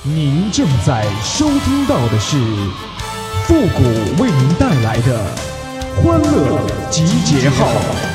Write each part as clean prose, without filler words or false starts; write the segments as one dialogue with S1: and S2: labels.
S1: 您正在收听到的是复古为您带来的欢乐集结号。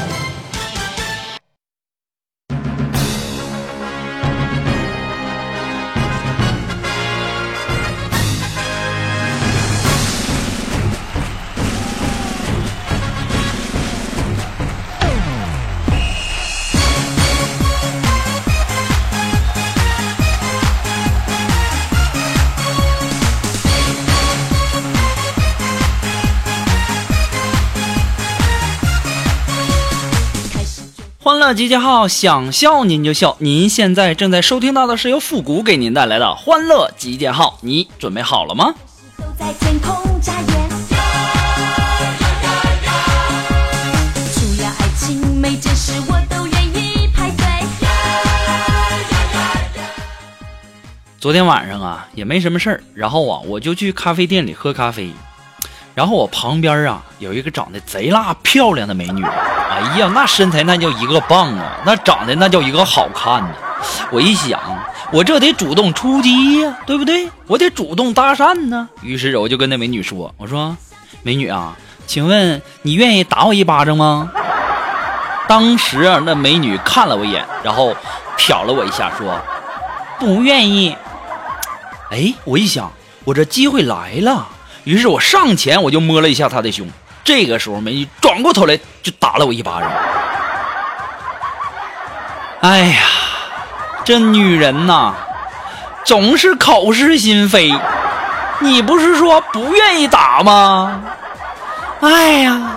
S2: 欢乐集结号，想笑您就笑。您现在正在收听到的是由复古给您带来的欢乐集结号，你准备好了吗？
S3: 都在天空眨眼，除了爱情每件事我都愿意排队。
S2: 昨天晚上啊也没什么事儿，然后啊我就去咖啡店里喝咖啡，然后我旁边啊有一个长得贼辣漂亮的美女，哎呀那身材那叫一个棒啊，那长得那叫一个好看呢。我一想我这得主动出击呀，对不对？我得主动搭讪呢。于是我就跟那美女说，我说美女啊，请问你愿意打我一巴掌吗？当时啊那美女看了我一眼，然后瞟了我一下说不愿意。哎，我一想我这机会来了，于是我上前我就摸了一下她的胸，这个时候美女转过头来就打了我一巴掌。哎呀，这女人呐总是口是心非，你不是说不愿意打吗？哎呀，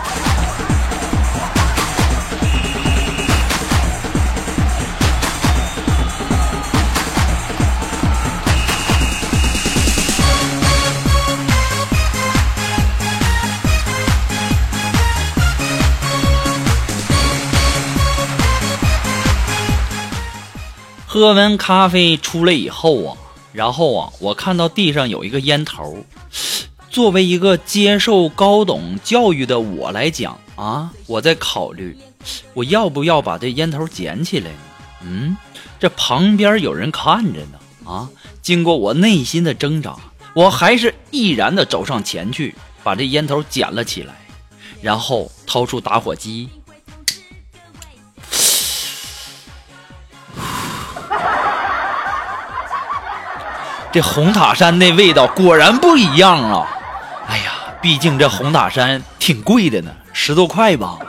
S2: 喝完咖啡出来以后啊，然后啊我看到地上有一个烟头，作为一个接受高等教育的我来讲啊，我在考虑我要不要把这烟头捡起来呢？这旁边有人看着呢啊！经过我内心的挣扎，我还是毅然的走上前去，把这烟头捡了起来，然后掏出打火机。这红塔山那味道果然不一样啊！哎呀，毕竟这红塔山挺贵的呢，10多块吧。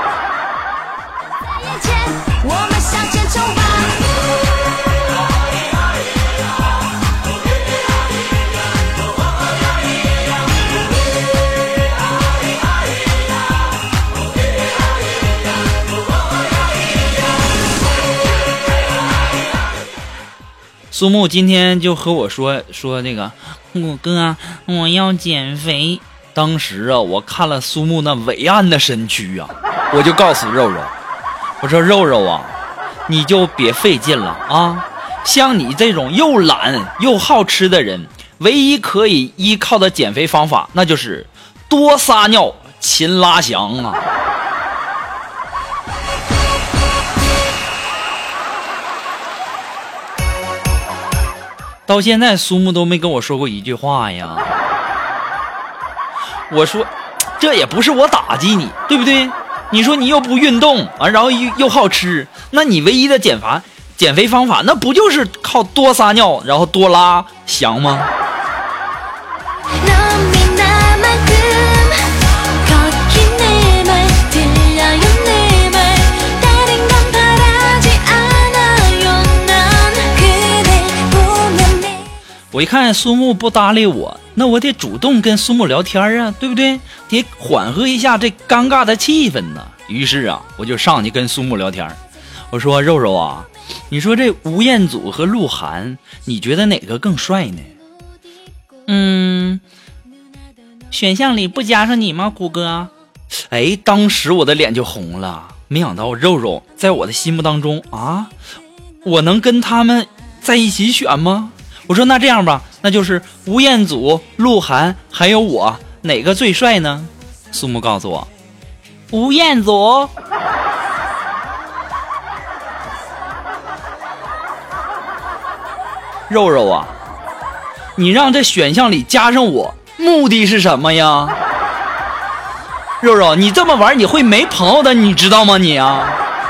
S3: 我们向前冲吧！
S2: 苏木今天就和我说那个我哥我要减肥。当时啊我看了苏木那伟岸的身躯啊，我就告诉肉肉，我说肉肉啊，你就别费劲了啊，像你这种又懒又好吃的人，唯一可以依靠的减肥方法那就是多撒尿勤拉翔啊。到现在苏木都没跟我说过一句话呀。我说这也不是我打击你，对不对？你说你又不运动啊，然后又好吃，那你唯一的减肥方法那不就是靠多撒尿然后多拉翔吗？我一看苏木不搭理我，那我得主动跟苏木聊天啊，对不对？得缓和一下这尴尬的气氛呢。于是啊我就上去跟苏木聊天，我说肉肉啊，你说这吴彦祖和鹿晗，你觉得哪个更帅呢？选项里不加上你吗，谷歌？哎，当时我的脸就红了，没想到肉肉在我的心目当中啊，我能跟他们在一起选吗？我说那这样吧，那就是吴彦祖、鹿晗还有我，哪个最帅呢？苏木告诉我，吴彦祖。肉肉啊， 你让这选项里加上我，目的是什么呀？肉肉，你这么玩你会没朋友的，你知道吗你啊？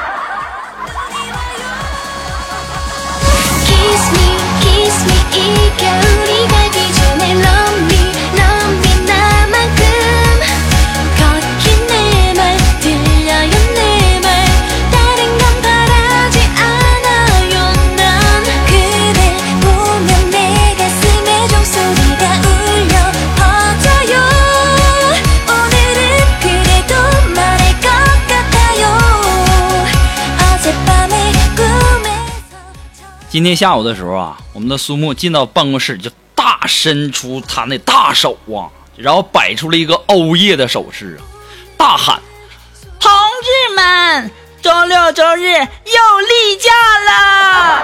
S2: 今天下午的时候啊，我们的苏木进到办公室就大伸出他那大手啊，然后摆出了一个欧耶的手势啊，大喊：同志们，周六周日又例假了！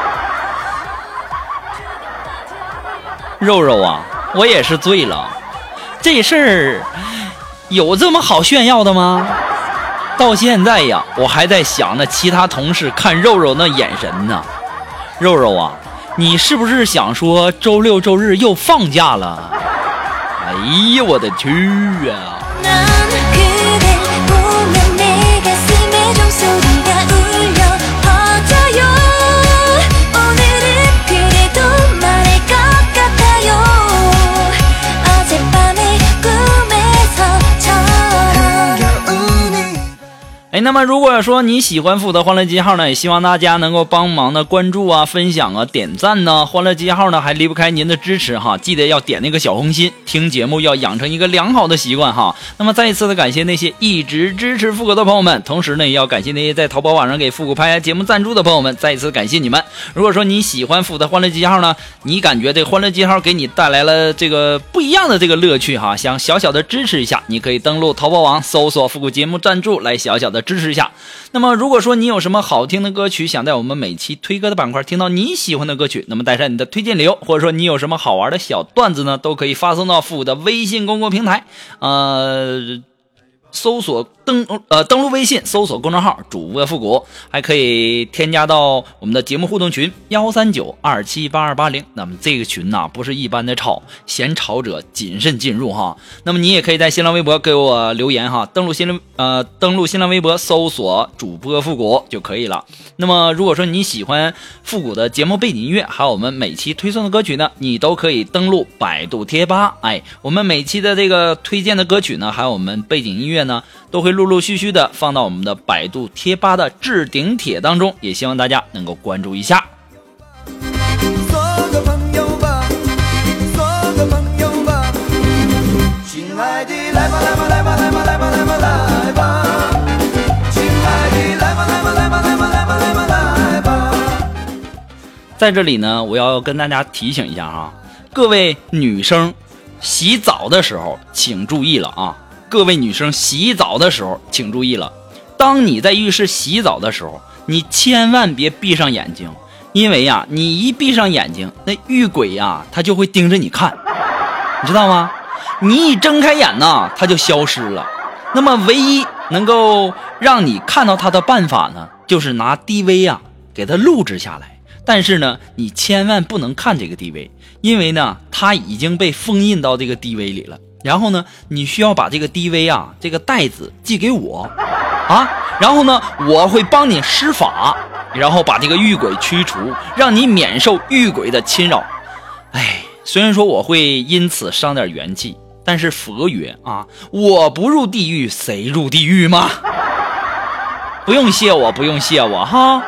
S2: 肉肉啊，我也是醉了，这事儿有这么好炫耀的吗？到现在呀，我还在想那其他同事看肉肉那眼神呢。肉肉啊，你是不是想说周六周日又放假了？哎呀，我的去啊！那么如果说你喜欢复古的欢乐记号呢，也希望大家能够帮忙的关注啊、分享啊、点赞呢。欢乐记号呢还离不开您的支持哈，记得要点那个小红心，听节目要养成一个良好的习惯哈。那么再一次的感谢那些一直支持复古的朋友们，同时呢也要感谢那些在淘宝网上给复古拍节目赞助的朋友们，再一次感谢你们。如果说你喜欢复古的欢乐记号呢，你感觉这个欢乐记号给你带来了这个不一样的这个乐趣哈，想小小的支持一下，你可以登录淘宝网搜索复古节目赞助来小小的支持一下。那么如果说你有什么好听的歌曲，想在我们每期推歌的板块听到你喜欢的歌曲，那么带上你的推荐理由，或者说你有什么好玩的小段子呢，都可以发送到复古的微信公众平台，搜索登录微信，搜索公众号主播复古，还可以添加到我们的节目互动群139278280。那么这个群呢，不是一般的吵，嫌吵者谨慎进入哈。那么你也可以在新浪微博给我留言哈，登录新浪微博搜索主播复古就可以了。那么如果说你喜欢复古的节目背景音乐，还有我们每期推送的歌曲呢，你都可以登录百度贴吧，我们每期的这个推荐的歌曲呢，还有我们背景音乐呢，都会陆陆续续的放到我们的百度贴吧的置顶帖当中，也希望大家能够关注一下。
S4: 做个朋友吧，做个朋友吧，亲爱的，来吧来吧来吧来吧来吧来吧来吧，亲爱的，来吧来吧来吧来吧来吧来吧来吧。
S2: 在这里呢，我要跟大家提醒一下哈，各位女生洗澡的时候请注意了啊！各位女生洗澡的时候请注意了，当你在浴室洗澡的时候，你千万别闭上眼睛，因为呀，你一闭上眼睛，那浴鬼呀，他就会盯着你看，你知道吗？你一睁开眼呢，他就消失了。那么唯一能够让你看到他的办法呢，就是拿 DV 呀给他录制下来。但是呢，你千万不能看这个 DV， 因为呢，它已经被封印到这个 DV 里了。然后呢，你需要把这个 DV 啊，这个袋子寄给我啊，然后呢，我会帮你施法，然后把这个狱鬼驱除，让你免受狱鬼的侵扰。虽然说我会因此伤点元气，但是佛曰啊，我不入地狱，谁入地狱吗？不用谢我，不用谢我哈。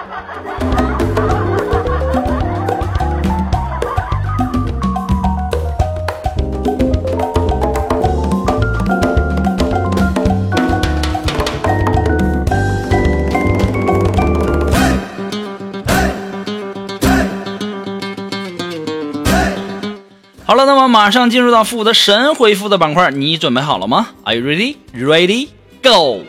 S2: 好了，那么马上进入到复古的神回复的板块，你准备好了吗？ Are you ready? Ready? Go!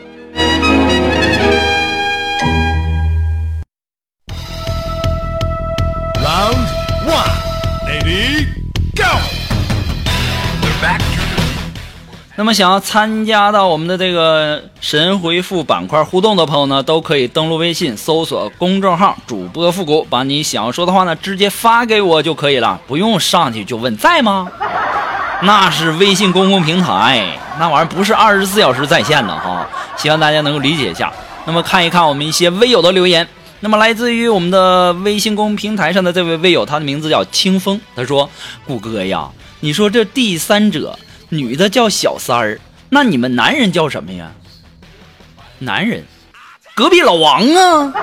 S5: Round 1, Ready? Go!
S2: 那么想要参加到我们的这个神回复板块互动的朋友呢，都可以登录微信搜索公众号主播复古，把你想要说的话呢直接发给我就可以了，不用上去就问在吗？那是微信公共平台，那玩意儿不是24小时在线的哈，希望大家能够理解一下。那么看一看我们一些微友的留言，那么来自于我们的微信公平台上的这位微友，他的名字叫清风，他说：谷歌呀，你说这第三者女的叫小三儿，那你们男人叫什么呀？男人，隔壁老王啊。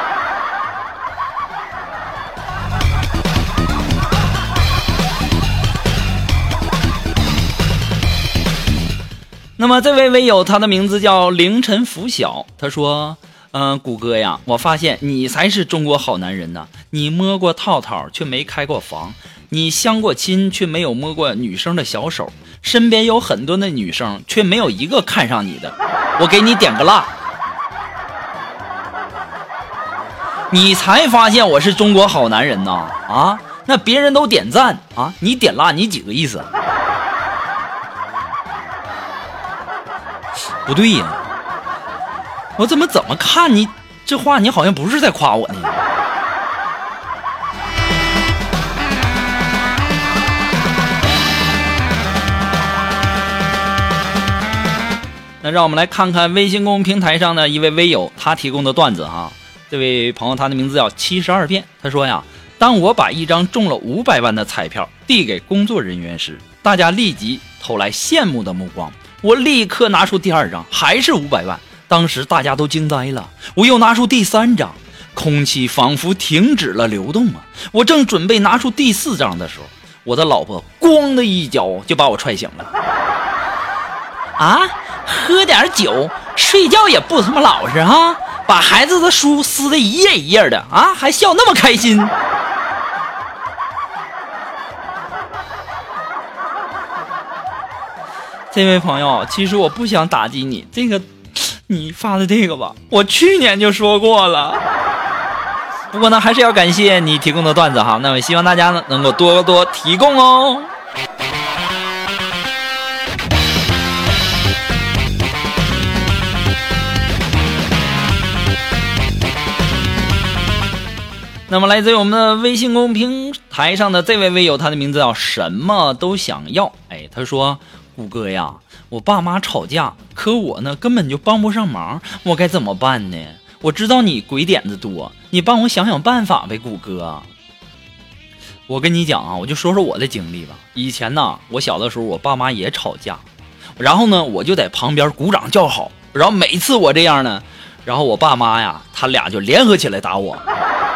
S2: 那么这位微友，他的名字叫凌晨拂晓，他说谷歌呀，我发现你才是中国好男人呢。你摸过套套却没开过房，你相过亲却没有摸过女生的小手，身边有很多的女生却没有一个看上你的，我给你点个蜡。你才发现我是中国好男人呐啊？那别人都点赞啊，你点蜡你几个意思？不对呀，我怎么看你这话，你好像不是在夸我呢。那让我们来看看微信公众平台上的一位微友他提供的段子哈。这位朋友他的名字叫72变，他说呀，当我把一张中了500万的彩票递给工作人员时，大家立即投来羡慕的目光。我立刻拿出第2张，还是500万，当时大家都惊呆了。我又拿出第3张，空气仿佛停止了流动啊！我正准备拿出第4张的时候，我的老婆咣的一脚就把我踹醒了。啊，喝点酒睡觉也不他妈老实哈，把孩子的书撕得一页一页的啊，还笑那么开心。这位朋友，其实我不想打击你，这个你发的这个吧，我去年就说过了。不过呢，还是要感谢你提供的段子哈，那么希望大家呢能够多多提供哦。那么来自于我们的微信公平台上的这位微友，他的名字叫什么都想要。哎，他说，谷歌呀，我爸妈吵架，可我呢根本就帮不上忙，我该怎么办呢？我知道你鬼点子多，你帮我想想办法呗，谷歌。我跟你讲啊，我就说说我的经历吧。以前呢，我小的时候我爸妈也吵架，然后呢我就在旁边鼓掌叫好，然后每次我这样呢，然后我爸妈呀他俩就联合起来打我。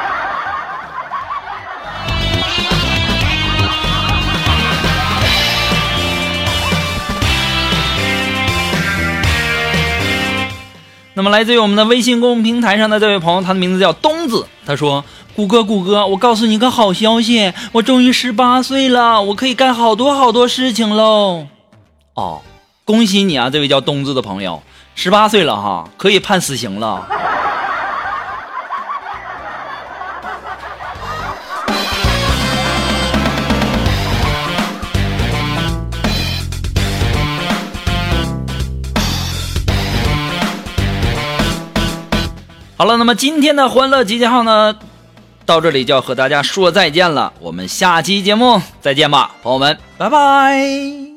S2: 那么来自于我们的微信公众平台上的这位朋友，他的名字叫东子，他说，谷歌，我告诉你个好消息，我终于18岁了，我可以干好多事情喽。哦，恭喜你啊，这位叫东子的朋友，18岁了哈，可以判死刑了。好了，那么今天的欢乐集结号呢，到这里就要和大家说再见了，我们下期节目再见吧，朋友们，拜拜。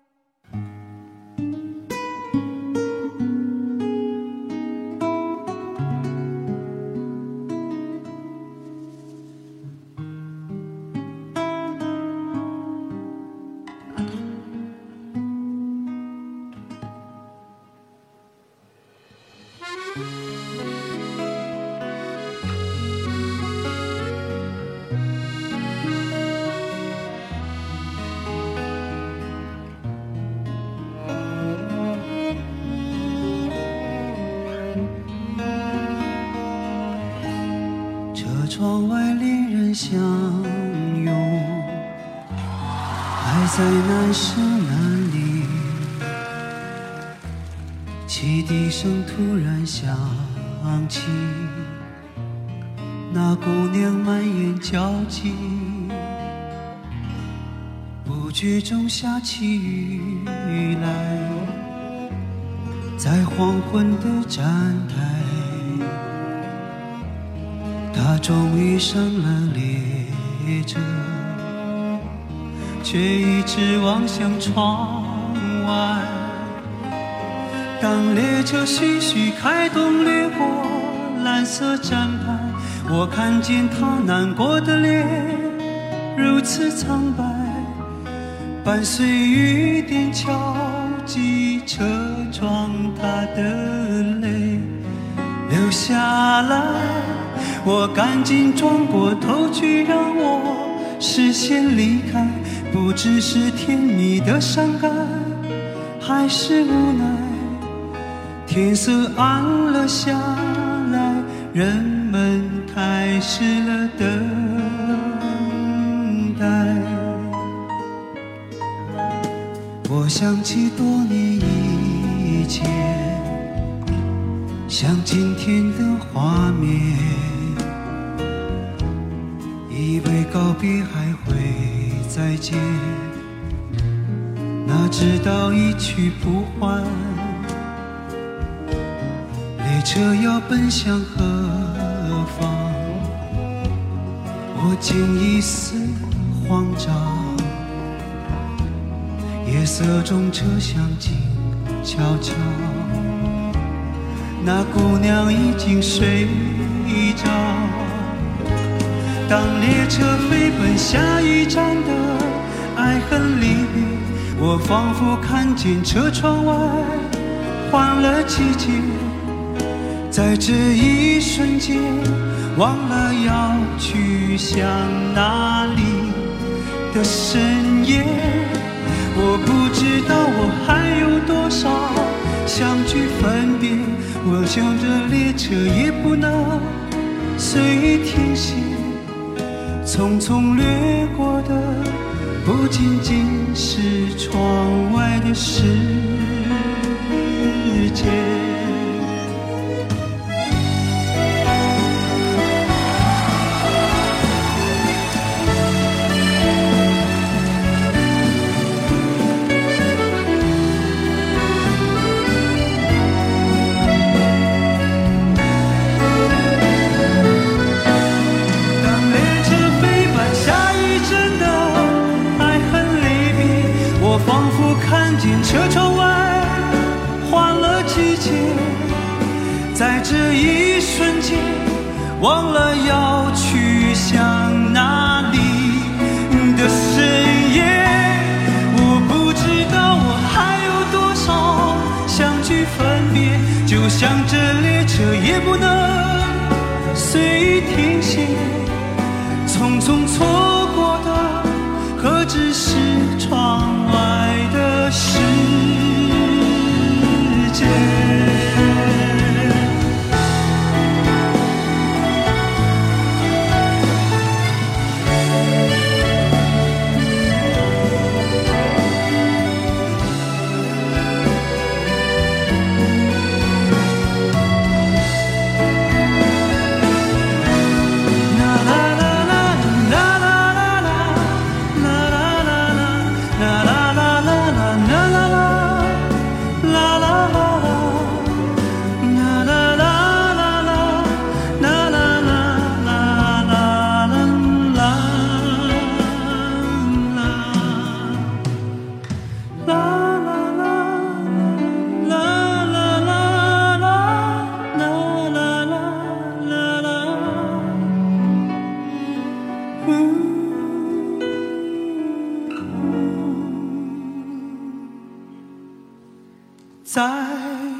S4: 窗外恋人相拥，爱在难舍难离，汽笛声突然响起，那姑娘满眼焦急，不觉中下起雨来。
S5: 在黄昏的站台，他终于上了列车，却一直望向窗外。当列车徐徐开动，掠过蓝色站牌，我看见他难过的脸如此苍白，伴随雨点敲击车窗，他的泪流下来。我赶紧转过头去，让我视线离开，不知是甜蜜的伤感还是无奈。天色暗了下来，人们开始了等待。我想起多年以前，像今天的画面，以为告别还会再见，哪知道一去不还。列车要奔向何方，我竟一丝慌张。夜色中车厢静悄悄，那姑娘已经睡着。当列车飞奔下一站的爱恨离别，我仿佛看见车窗外换了季节，在这一瞬间忘了要去向哪里的深夜。我不知道我还有多少相聚分别，我想这列车也不能随意停歇，匆匆掠过的不仅仅是窗外的世界。车窗外换了季节，在这一瞬间忘了要去向哪里的深夜。我不知道我还有多少相聚分别，就像这列车也不能随意停歇，匆匆错过的何止是窗外的世界。在